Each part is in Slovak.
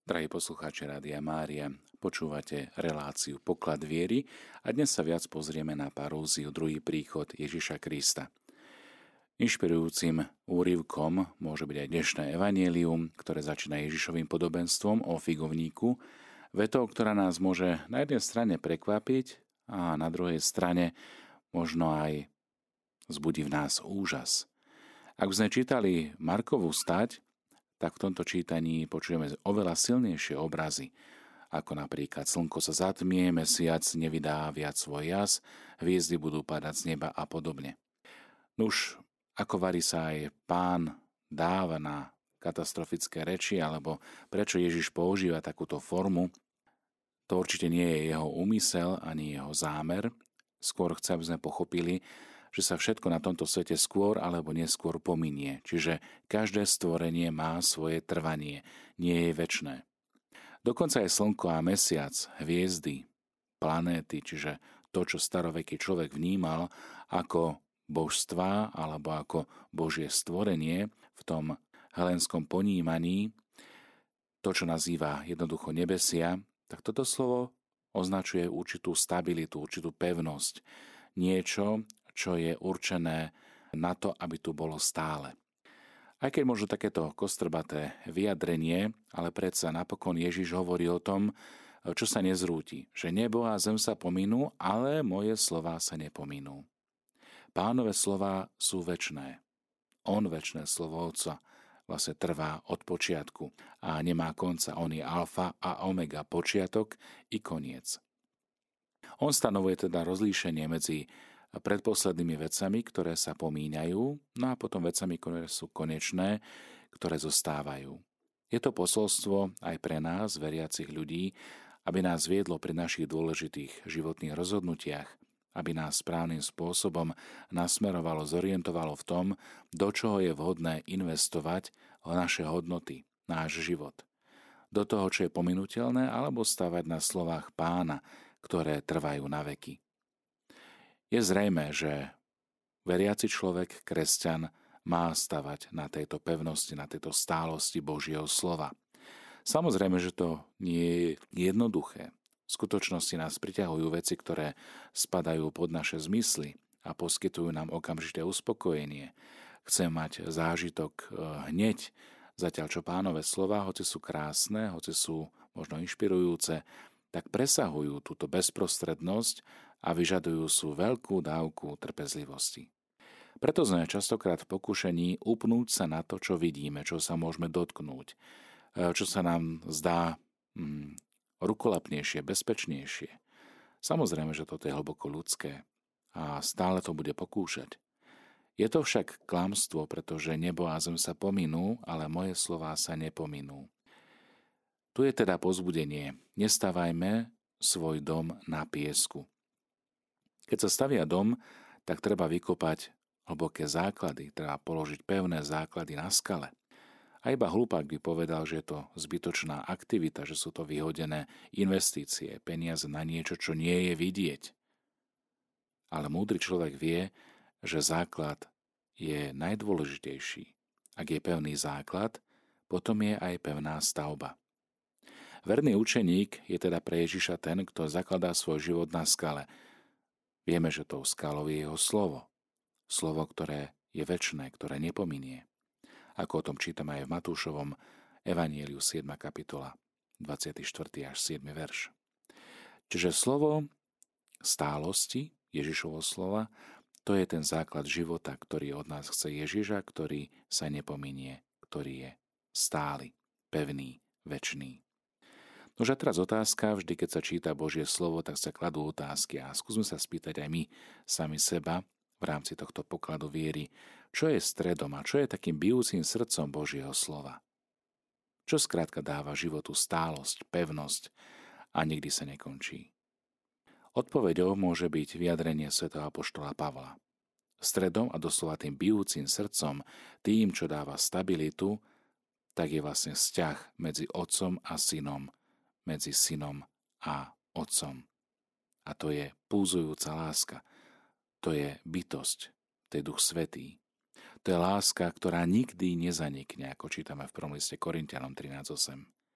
Drahí poslucháči Rádia Mária, počúvate reláciu Poklad viery a dnes sa viac pozrieme na paróziu druhý príchod Ježiša Krista. Inšpirujúcim úryvkom môže byť aj dnešné evanjelium, ktoré začína Ježišovým podobenstvom o figovníku, vetou, ktorá nás môže na jednej strane prekvapiť a na druhej strane možno aj vzbudí v nás úžas. Ak sme čítali Markovú stať, tak v tomto čítaní počujeme oveľa silnejšie obrazy, ako napríklad slnko sa zatmie, mesiac nevydá viac svoj jas, hviezdy budú padať z neba a podobne. Nuž, ako varí sa aj Pán dáva na katastrofické reči, alebo prečo Ježiš používa takúto formu, to určite nie je jeho úmysel ani jeho zámer. Skôr chce, aby sme pochopili, že sa všetko na tomto svete skôr alebo neskôr pominie. Čiže každé stvorenie má svoje trvanie, nie je večné. Dokonca aj slnko a mesiac, hviezdy, planéty, čiže to, čo staroveký človek vnímal ako božstvá alebo ako božie stvorenie v tom helenskom ponímaní, to, čo nazýva jednoducho nebesia, tak toto slovo označuje určitú stabilitu, určitú pevnosť. Niečo, čo je určené na to, aby tu bolo stále. Aj keď možno takéto kostrbaté vyjadrenie, ale predsa napokon Ježiš hovorí o tom, čo sa nezrúti, že nebo a zem sa pominú, ale moje slová sa nepominú. Pánove slová sú večné. On, večné slovo Otca, vlastne trvá od počiatku a nemá konca. On je alfa a omega, počiatok i koniec. On stanovuje teda rozlíšenie medzi predposlednými vecami, ktoré sa pomíňajú, no a potom vecami, ktoré sú konečné, ktoré zostávajú. Je to posolstvo aj pre nás, veriacich ľudí, aby nás viedlo pri našich dôležitých životných rozhodnutiach, aby nás správnym spôsobom nasmerovalo, zorientovalo v tom, do čoho je vhodné investovať naše hodnoty, náš život. Do toho, čo je pominuteľné, alebo stavať na slovách Pána, ktoré trvajú na veky. Je zrejmé, že veriaci človek, kresťan, má stavať na tejto pevnosti, na tejto stálosti Božieho slova. Samozrejme, že to nie je jednoduché. V skutočnosti nás priťahujú veci, ktoré spadajú pod naše zmysly a poskytujú nám okamžité uspokojenie. Chcem mať zážitok hneď, zatiaľ čo Pánove slova, hoci sú krásne, hoci sú možno inšpirujúce, tak presahujú túto bezprostrednosť a vyžadujú sú veľkú dávku trpezlivosti. Preto sme častokrát v pokušení upnúť sa na to, čo vidíme, čo sa môžeme dotknúť, čo sa nám zdá rukolapnejšie, bezpečnejšie. Samozrejme, že toto je hlboko ľudské a stále to bude pokúšať. Je to však klamstvo, pretože nebo a zem sa pominú, ale moje slová sa nepominú. Tu je teda povzbudenie. Nestávajme svoj dom na piesku. Keď sa stavia dom, tak treba vykopať hlboké základy, treba položiť pevné základy na skale. A iba hlupák by povedal, že je to zbytočná aktivita, že sú to vyhodené investície, peniaze na niečo, čo nie je vidieť. Ale múdry človek vie, že základ je najdôležitejší. Ak je pevný základ, potom je aj pevná stavba. Verný učeník je teda pre Ježiša ten, kto zakladá svoj život na skale. Vieme, že tou skalou je jeho slovo. Slovo, ktoré je večné, ktoré nepominie. Ako o tom čítame aj v Matúšovom evanjeliu 7. kapitola, 24. až 7. verš. Čiže slovo stálosti, Ježišovo slova, to je ten základ života, ktorý od nás chce Ježiša, ktorý sa nepominie, ktorý je stály, pevný, večný. Nože teraz otázka, vždy keď sa číta Božie slovo, tak sa kladú otázky a skúsme sa spýtať aj my sami seba v rámci tohto pokladu viery, čo je stredom a čo je takým bijúcim srdcom Božieho slova. Čo skrátka dáva životu stálosť, pevnosť a nikdy sa nekončí. Odpoveďou môže byť vyjadrenie svätého apoštola Pavla. Stredom a doslova tým bijúcim srdcom, tým, čo dáva stabilitu, tak je vlastne vzťah medzi otcom a synom, medzi synom a otcom. A to je pulzujúca láska. To je bytosť, to je Duch Svätý. To je láska, ktorá nikdy nezanikne, ako čítame v prvom liste Korinťanom 13.8.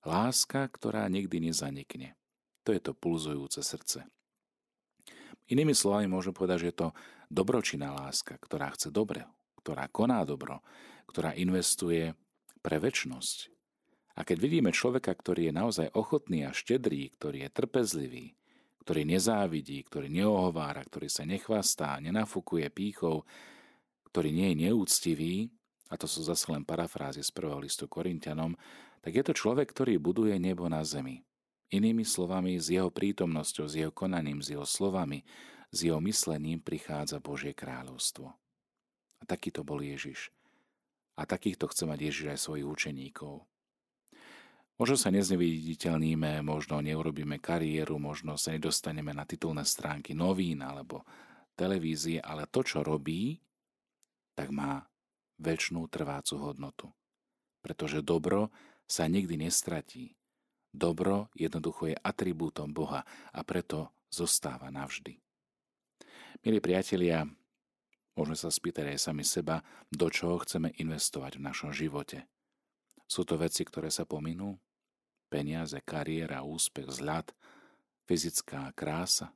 Láska, ktorá nikdy nezanikne. To je to pulzujúce srdce. Inými slovami môžem povedať, že je to dobročinná láska, ktorá chce dobre, ktorá koná dobro, ktorá investuje pre večnosť. A keď vidíme človeka, ktorý je naozaj ochotný a štedrý, ktorý je trpezlivý, ktorý nezávidí, ktorý neohovára, ktorý sa nechvastá, nenafúkuje pýchou, ktorý nie je neúctivý, a to sú zase len parafrázy z 1. listu Korinťanom, tak je to človek, ktorý buduje nebo na zemi. Inými slovami, s jeho prítomnosťou, s jeho konaním, s jeho slovami, s jeho myslením prichádza Božie kráľovstvo. A takýto bol Ježiš. A takýchto chce mať Ježiš aj svojich učeníkov. Možno sa nezneviditeľníme, možno neurobíme kariéru, možno sa nedostaneme na titulné stránky novín alebo televízie, ale to, čo robí, tak má večnú trvácu hodnotu. Pretože dobro sa nikdy nestratí. Dobro jednoducho je atribútom Boha a preto zostáva navždy. Milí priatelia, môžeme sa spýtať aj sami seba, do čoho chceme investovať v našom živote. Sú to veci, ktoré sa pominú? Peniaze, kariéra, úspech, vzhľad, fyzická krása?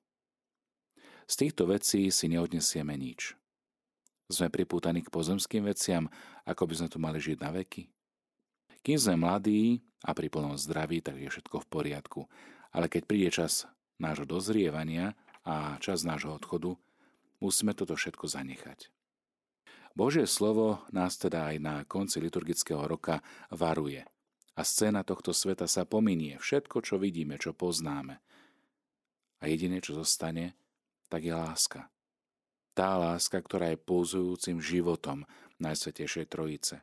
Z týchto vecí si neodnesieme nič. Sme pripútaní k pozemským veciam, ako by sme tu mali žiť na veky? Kým sme mladí a pri plnom zdraví, tak je všetko v poriadku. Ale keď príde čas nášho dozrievania a čas nášho odchodu, musíme toto všetko zanechať. Božie slovo nás teda aj na konci liturgického roka varuje. A scéna tohto sveta sa pominie. Všetko, čo vidíme, čo poznáme. A jediné, čo zostane, tak je láska. Tá láska, ktorá je pulzujúcim životom Najsvätejšej Trojice.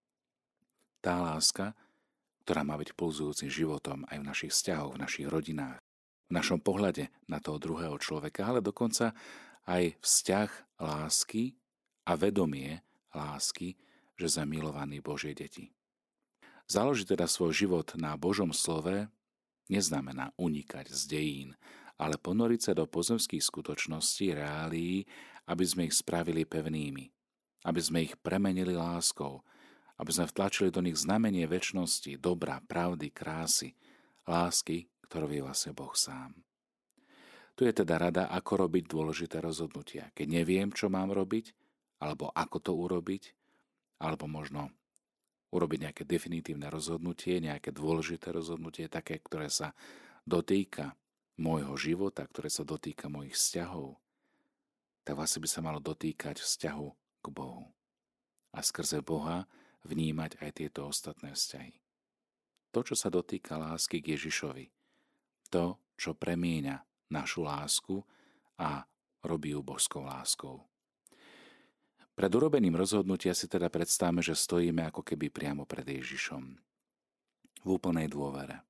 Tá láska, ktorá má byť pulzujúcim životom aj v našich vzťahoch, v našich rodinách, v našom pohľade na toho druhého človeka, ale dokonca aj vzťah lásky a vedomie lásky, že sme milovaní Božie deti. Založiť teda svoj život na Božom slove neznamená unikať z dejín, ale ponoriť sa do pozemských skutočností, reálií, aby sme ich spravili pevnými, aby sme ich premenili láskou, aby sme vtlačili do nich znamenie večnosti, dobra, pravdy, krásy, lásky, ktorou je vlastne Boh sám. Tu je teda rada, ako robiť dôležité rozhodnutia. Keď neviem, čo mám robiť, alebo ako to urobiť, alebo možno urobiť nejaké definitívne rozhodnutie, nejaké dôležité rozhodnutie, také, ktoré sa dotýka môjho života, ktoré sa dotýka mojich vzťahov, tak vlastne by sa malo dotýkať vzťahu k Bohu. A skrze Boha vnímať aj tieto ostatné vzťahy. To, čo sa dotýka lásky k Ježišovi, to, čo premieňa našu lásku a robí ju božskou láskou. Pred urobením rozhodnutia si teda predstavme, že stojíme ako keby priamo pred Ježišom. V úplnej dôvere.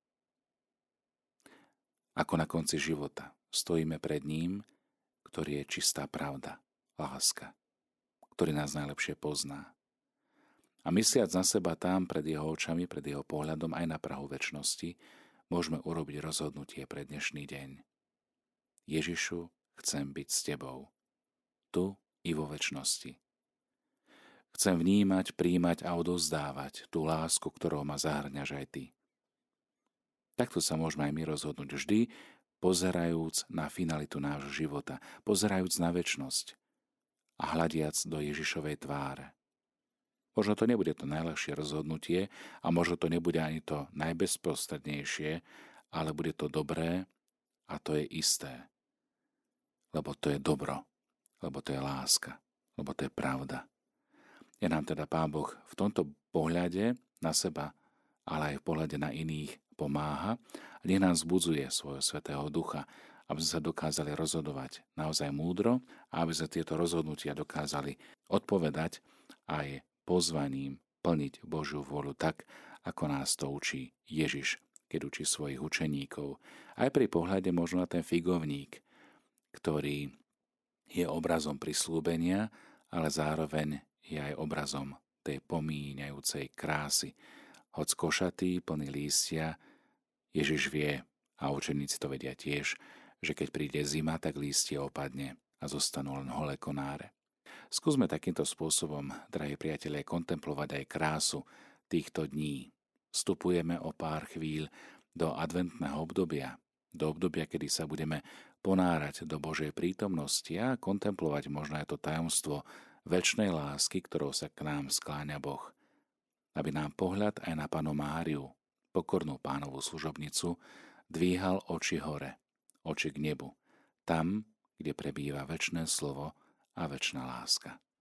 Ako na konci života stojíme pred ním, ktorý je čistá pravda, láska, ktorý nás najlepšie pozná. A mysliac na seba tam pred jeho očami, pred jeho pohľadom aj na prahu večnosti, môžeme urobiť rozhodnutie pre dnešný deň. Ježišu, chcem byť s tebou, tu i vo večnosti. Chcem vnímať, príjmať a odovzdávať tú lásku, ktorou ma zahrňaš aj ty. Takto sa môžeme aj my rozhodnúť vždy, pozerajúc na finalitu nášho života, pozerajúc na večnosť a hľadiac do Ježišovej tváre. Možno to nebude to najľahšie rozhodnutie a možno to nebude ani to najbezprostrednejšie, ale bude to dobré a to je isté. Lebo to je dobro, lebo to je láska, lebo to je pravda. Je nám teda Pán Boh v tomto pohľade na seba, ale aj v pohľade na iných pomáha a nech nám vzbudzuje svojho Svätého Ducha, aby sme sa dokázali rozhodovať naozaj múdro a aby sme tieto rozhodnutia dokázali odpovedať aj pozvaním plniť Božiu vôľu tak, ako nás to učí Ježiš, keď učí svojich učeníkov. Aj pri pohľade možno na ten figovník, ktorý je obrazom prisľúbenia, ale zároveň je aj obrazom tej pomíňajúcej krásy. Hoď košatý, plný lístia, Ježiš vie, a učeníci to vedia tiež, že keď príde zima, tak lístie opadne a zostanú len holé konáre. Skúsme takýmto spôsobom, drahí priatelia, kontemplovať aj krásu týchto dní. Vstupujeme o pár chvíľ do adventného obdobia, do obdobia, kedy sa budeme ponárať do Božej prítomnosti a kontemplovať možno aj to tajomstvo večnej lásky, ktorou sa k nám skláňa Boh. Aby nám pohľad aj na Pannu Máriu, pokornú Pánovu služobnicu, dvíhal oči hore, oči k nebu, tam, kde prebýva večné slovo a večná láska.